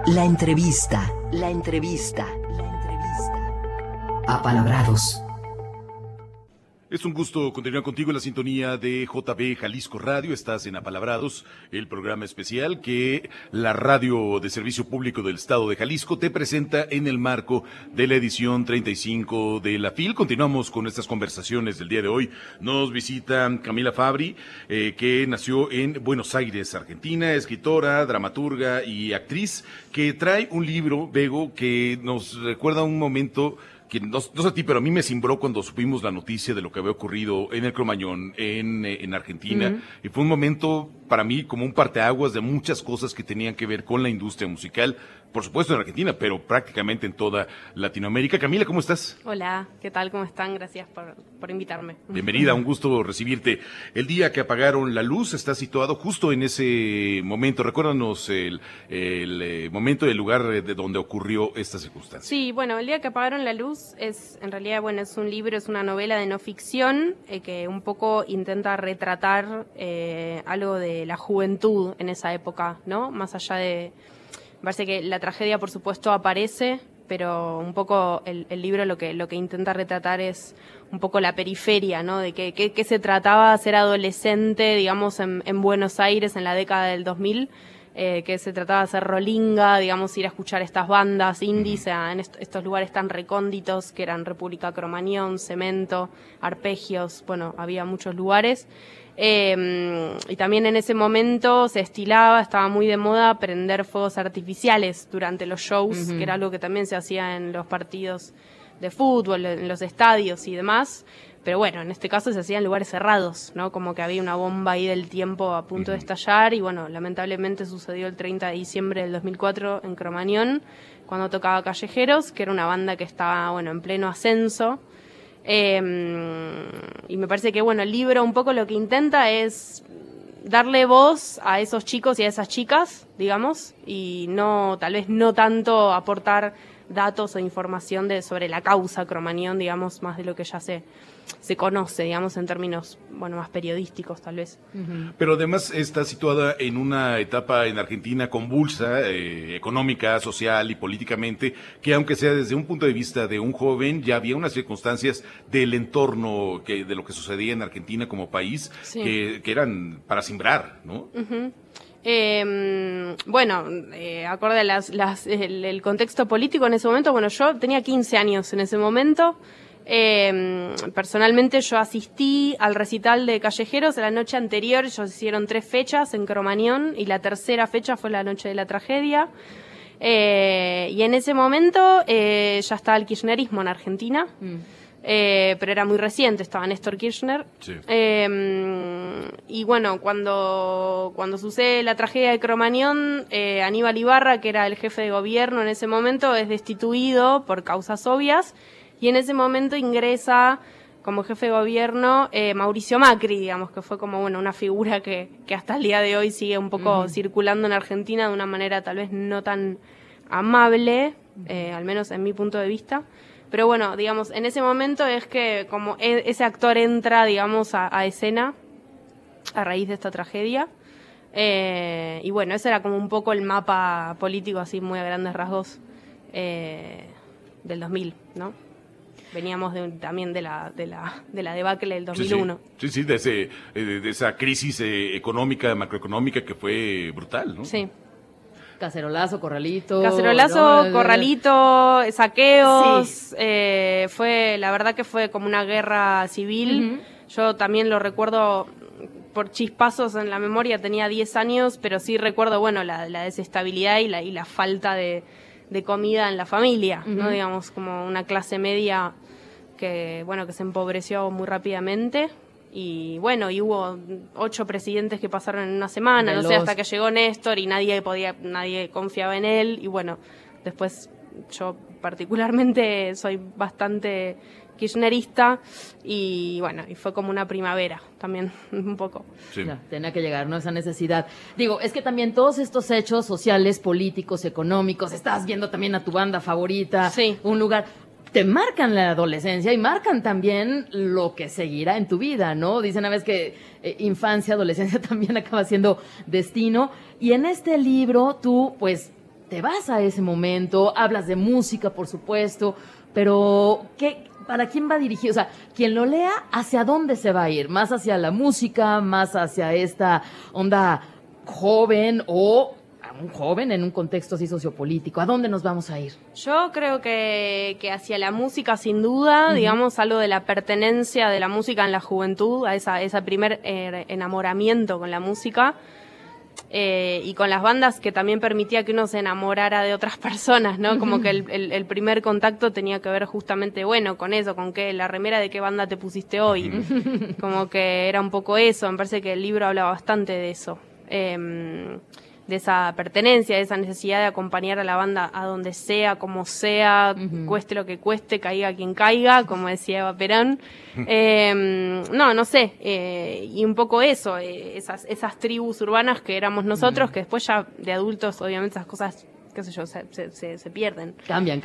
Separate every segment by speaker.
Speaker 1: La entrevista. Apalabrados.
Speaker 2: Es un gusto continuar contigo en la sintonía de JB Jalisco Radio. Estás en Apalabrados, el programa especial que la radio de servicio público del estado de Jalisco te presenta en el marco de la edición 35 de la FIL. Continuamos con estas conversaciones del día de hoy. Nos visita Camila Fabri, que nació en Buenos Aires, Argentina, escritora, dramaturga y actriz, que trae un libro, Bego, que nos recuerda un momento que no sé a ti, pero a mí me cimbró cuando supimos la noticia de lo que había ocurrido en el Cromañón, en Argentina, y fue un momento para mí como un parteaguas de muchas cosas que tenían que ver con la industria musical, por supuesto en Argentina, pero prácticamente en toda Latinoamérica. Camila, ¿cómo estás?
Speaker 3: Hola, ¿qué tal? ¿Cómo están? Gracias por invitarme.
Speaker 2: Bienvenida, un gusto recibirte. El día que apagaron la luz está situado justo en ese momento. Recuérdanos el momento y el lugar de donde ocurrió esta circunstancia.
Speaker 3: Sí, bueno, el día que apagaron la luz es, en realidad, bueno, es un libro, es una novela de no ficción que un poco intenta retratar algo de la juventud en esa época, ¿no? Más allá de... Me parece que la tragedia, por supuesto, aparece, pero un poco el libro lo que intenta retratar es un poco la periferia, ¿no? De qué se trataba ser adolescente, digamos, en Buenos Aires en la década del 2000, que se trataba de ser rolinga, digamos, ir a escuchar estas bandas indies en estos lugares tan recónditos que eran República Cromañón, Cemento, Arpegios, bueno, había muchos lugares. Y también en ese momento se estilaba, estaba muy de moda prender fuegos artificiales durante los shows, que era algo que también se hacía en los partidos de fútbol, en los estadios y demás. Pero bueno, en este caso se hacía en lugares cerrados, ¿no? Como que había una bomba ahí del tiempo a punto de estallar y bueno, lamentablemente sucedió el 30 de diciembre del 2004 en Cromañón, cuando tocaba Callejeros, que era una banda que estaba, bueno, en pleno ascenso. Y me parece que, bueno, el libro un poco lo que intenta es darle voz a esos chicos y a esas chicas, digamos, y no, tal vez no tanto aportar datos o información sobre la causa Cromañón, digamos, más de lo que ya se conoce, digamos, en términos, bueno, más periodísticos, tal vez.
Speaker 2: Pero además está situada en una etapa en Argentina convulsa, económica, social y políticamente, que aunque sea desde un punto de vista de un joven, ya había unas circunstancias del entorno de lo que sucedía en Argentina como país, sí, que eran para simbrar, ¿no?
Speaker 3: Bueno, acorde a el contexto político en ese momento, bueno, yo tenía 15 años en ese momento. Personalmente yo asistí al recital de Callejeros la noche anterior. Ellos hicieron 3 fechas en Cromañón y la tercera fecha fue la noche de la tragedia. Y en ese momento ya estaba el kirchnerismo en Argentina. Pero era muy reciente, estaba Néstor Kirchner. Sí. Y bueno, cuando sucede la tragedia de Cromañón, Aníbal Ibarra, que era el jefe de gobierno en ese momento, es destituido por causas obvias, y en ese momento ingresa como jefe de gobierno Mauricio Macri, digamos, que fue como, bueno, una figura que hasta el día de hoy sigue un poco circulando en Argentina de una manera tal vez no tan amable, al menos en mi punto de vista. Pero bueno, digamos, en ese momento es que como ese actor entra, digamos, a escena a raíz de esta tragedia. Y bueno, ese era como un poco el mapa político, así muy a grandes rasgos, del 2000, ¿no? Veníamos también de la debacle del 2001.
Speaker 2: Sí, de esa crisis económica, macroeconómica que fue brutal, ¿no?
Speaker 3: Sí.
Speaker 4: Cacerolazo, corralito.
Speaker 3: Corralito, saqueos. Sí. La verdad que fue como una guerra civil. Yo también lo recuerdo por chispazos en la memoria, tenía 10 años, pero sí recuerdo, bueno, la desestabilidad y la falta de comida en la familia, ¿no? Digamos, como una clase media que, bueno, que se empobreció muy rápidamente. Y bueno, y hubo 8 presidentes que pasaron en una semana, no sé, hasta que llegó Néstor y nadie confiaba en él. Y bueno, después yo particularmente soy bastante kirchnerista y bueno, y fue como una primavera también, un poco.
Speaker 4: Sí. No, tenía que llegar, ¿no? Esa necesidad. Digo, es que también todos estos hechos sociales, políticos, económicos, estás viendo también a tu banda favorita,
Speaker 3: sí,
Speaker 4: un lugar... Te marcan la adolescencia y marcan también lo que seguirá en tu vida, ¿no? Dicen a veces que infancia, adolescencia también acaba siendo destino. Y en este libro tú, pues, te vas a ese momento, hablas de música, por supuesto, pero ¿para quién va dirigido? O sea, quien lo lea, ¿hacia dónde se va a ir? ¿Más hacia la música, más hacia esta onda joven o a un joven en un contexto así sociopolítico? ¿A dónde nos vamos a ir?
Speaker 3: Yo creo que hacia la música, sin duda, digamos, algo de la pertenencia de la música en la juventud, a esa primer enamoramiento con la música. Y con las bandas, que también permitía que uno se enamorara de otras personas, ¿no? Como que el primer contacto tenía que ver justamente, bueno, con eso, con la remera de qué banda te pusiste hoy. Como que era un poco eso, me parece que el libro habla bastante de eso. De esa pertenencia, de esa necesidad de acompañar a la banda a donde sea, como sea, cueste lo que cueste, caiga quien caiga, como decía Eva Perón. No sé, y un poco eso, esas tribus urbanas que éramos nosotros, que después ya de adultos, obviamente esas cosas, qué sé yo, se pierden.
Speaker 4: Cambian.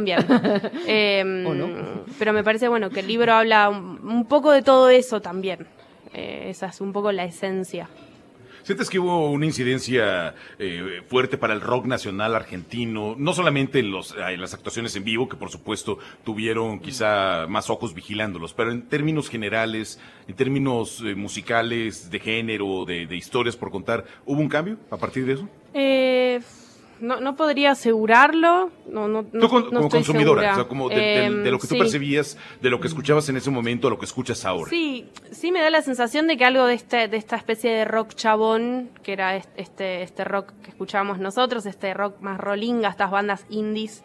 Speaker 3: ¿O
Speaker 4: no?
Speaker 3: Pero me parece, bueno, que el libro habla un poco de todo eso también. Esa es un poco la esencia.
Speaker 2: ¿Sientes que hubo una incidencia fuerte para el rock nacional argentino? No solamente en las actuaciones en vivo, que por supuesto tuvieron quizá más ojos vigilándolos, pero en términos generales, en términos musicales, de género, de historias por contar, ¿hubo un cambio a partir de eso?
Speaker 3: No podría asegurarlo.
Speaker 2: Tú como consumidora,
Speaker 3: segura.
Speaker 2: o sea, como de lo que tú
Speaker 3: sí.
Speaker 2: percibías, de lo que escuchabas en ese momento a lo que escuchas ahora.
Speaker 3: Sí me da la sensación de que algo de esta especie de rock chabón, que era este rock que escuchábamos nosotros, este rock más rolinga, estas bandas indies,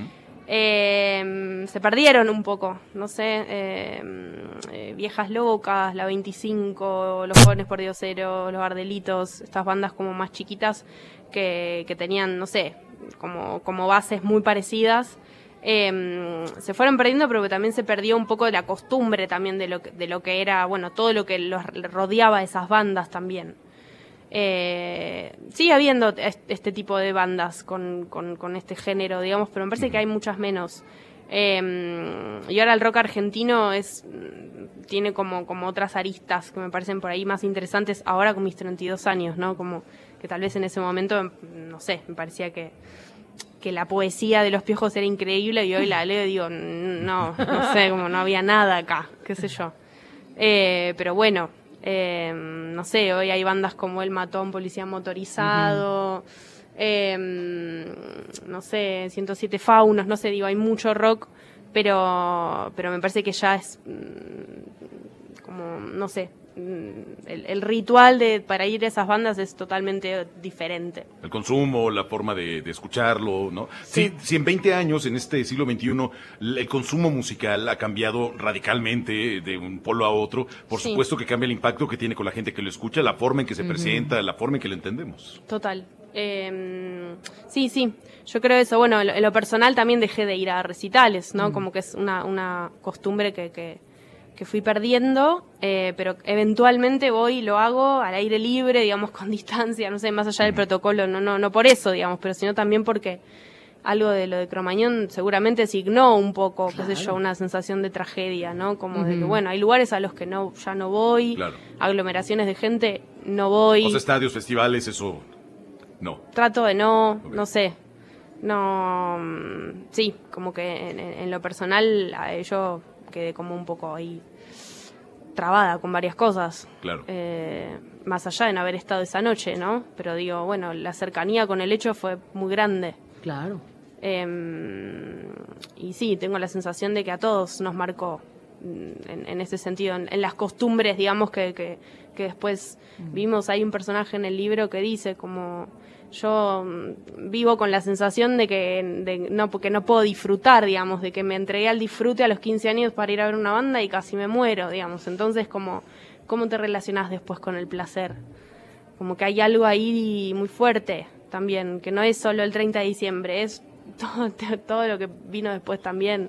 Speaker 3: se perdieron un poco, no sé, Viejas Locas, La 25, Los Jóvenes por Diosero, Los Ardelitos, estas bandas como más chiquitas que tenían, no sé, como bases muy parecidas, se fueron perdiendo, pero que también se perdió un poco de la costumbre también de lo que era, bueno, todo lo que los rodeaba a esas bandas también. Sigue habiendo este tipo de bandas con este género, digamos, pero me parece que hay muchas menos. Y ahora el rock argentino tiene como otras aristas que me parecen por ahí más interesantes ahora con mis 32 años, ¿no? Como que tal vez en ese momento, no sé, me parecía que la poesía de Los Piojos era increíble y hoy la leo y digo, no sé, como no había nada acá, qué sé yo. Pero bueno, no sé, hoy hay bandas como El Matón, Policía Motorizado, no sé, 107 Faunos, no sé, digo, hay mucho rock, pero me parece que ya es como, no sé, el ritual para ir a esas bandas es totalmente diferente.
Speaker 2: El consumo, la forma de escucharlo, ¿no?
Speaker 3: Sí.
Speaker 2: Si en 20 años, en este siglo XXI, el consumo musical ha cambiado radicalmente de un polo a otro, por supuesto que cambia el impacto que tiene con la gente que lo escucha, la forma en que se presenta, la forma en que lo entendemos.
Speaker 3: Total. Sí, yo creo eso. Bueno, en lo personal también dejé de ir a recitales, ¿no? Como que es una costumbre que fui perdiendo, pero eventualmente voy y lo hago al aire libre, digamos, con distancia, no sé, más allá del protocolo, no por eso, digamos, pero sino también porque algo de lo de Cromañón seguramente signó un poco, qué sé yo, una sensación de tragedia, ¿no? Como de que, bueno, hay lugares a los que ya no voy, aglomeraciones de gente, no voy.
Speaker 2: Los estadios, festivales, eso no.
Speaker 3: Trato de no sé. No, sí, como que en lo personal yo quedé como un poco ahí trabada con varias cosas.
Speaker 2: Claro.
Speaker 3: Más allá de no haber estado esa noche, ¿no? Pero digo, bueno, la cercanía con el hecho fue muy grande.
Speaker 4: Claro.
Speaker 3: Y sí, tengo la sensación de que a todos nos marcó en ese sentido, en las costumbres, digamos, que después vimos. Hay un personaje en el libro que dice como... Yo vivo con la sensación de que porque no puedo disfrutar, digamos, de que me entregué al disfrute a los 15 años para ir a ver una banda y casi me muero, digamos. Entonces, ¿cómo te relacionás después con el placer? Como que hay algo ahí muy fuerte también, que no es solo el 30 de diciembre, es todo lo que vino después también.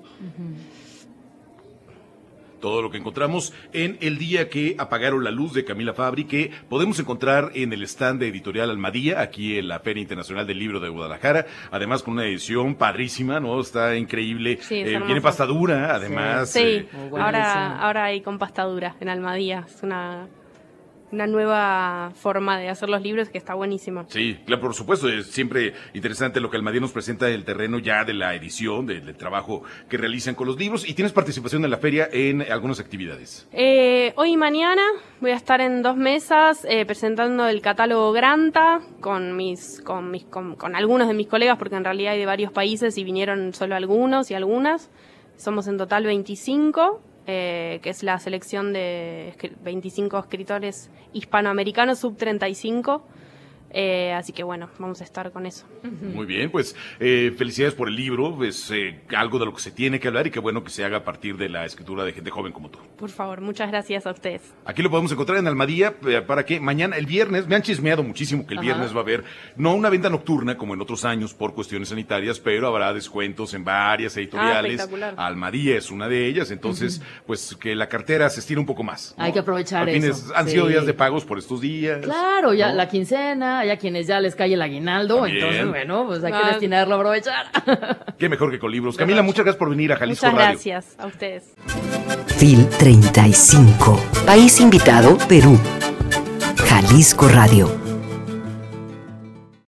Speaker 2: Todo lo que encontramos en El día que apagaron la luz de Camila Fabri, que podemos encontrar en el stand de Editorial Almadía, aquí en la Feria Internacional del Libro de Guadalajara, además con una edición padrísima, ¿no? Está increíble,
Speaker 3: Sí,
Speaker 2: tiene pasta dura, además.
Speaker 3: Sí, ahora hay con pasta dura en Almadía, es una una nueva forma de hacer los libros que está buenísimo.
Speaker 2: Sí, claro, por supuesto, es siempre interesante lo que Almadía nos presenta del terreno ya de la edición, del trabajo que realizan con los libros, y tienes participación en la feria en algunas actividades.
Speaker 3: Hoy y mañana voy a estar en 2 mesas presentando el catálogo Granta con algunos de mis colegas, porque en realidad hay de varios países y vinieron solo algunos y algunas. Somos en total 25. Que es la selección de 25 escritores hispanoamericanos sub-35. Así que bueno, vamos a estar con eso.
Speaker 2: Muy bien, pues felicidades por el libro, es algo de lo que se tiene que hablar y qué bueno que se haga a partir de la escritura de gente joven como tú.
Speaker 3: Por favor, muchas gracias a ustedes.
Speaker 2: Aquí lo podemos encontrar en Almadía para que mañana, el viernes, me han chismeado muchísimo que el viernes va a haber, no una venta nocturna como en otros años por cuestiones sanitarias, pero habrá descuentos en varias editoriales. Almadía es una de ellas, entonces pues que la cartera se estire un poco más, ¿no?
Speaker 4: Hay que aprovechar
Speaker 2: Al fin han sido días de pagos por estos días.
Speaker 4: Claro, ya
Speaker 2: ¿no?
Speaker 4: La quincena, ya quienes ya les cae el aguinaldo,
Speaker 2: También.
Speaker 4: entonces bueno, pues hay que destinarlo a aprovechar.
Speaker 2: Qué mejor que con libros. Camila, muchas gracias por venir a Jalisco
Speaker 3: Muchas
Speaker 2: Radio.
Speaker 3: gracias a ustedes.
Speaker 1: FIL 35. País invitado, Perú. Jalisco Radio.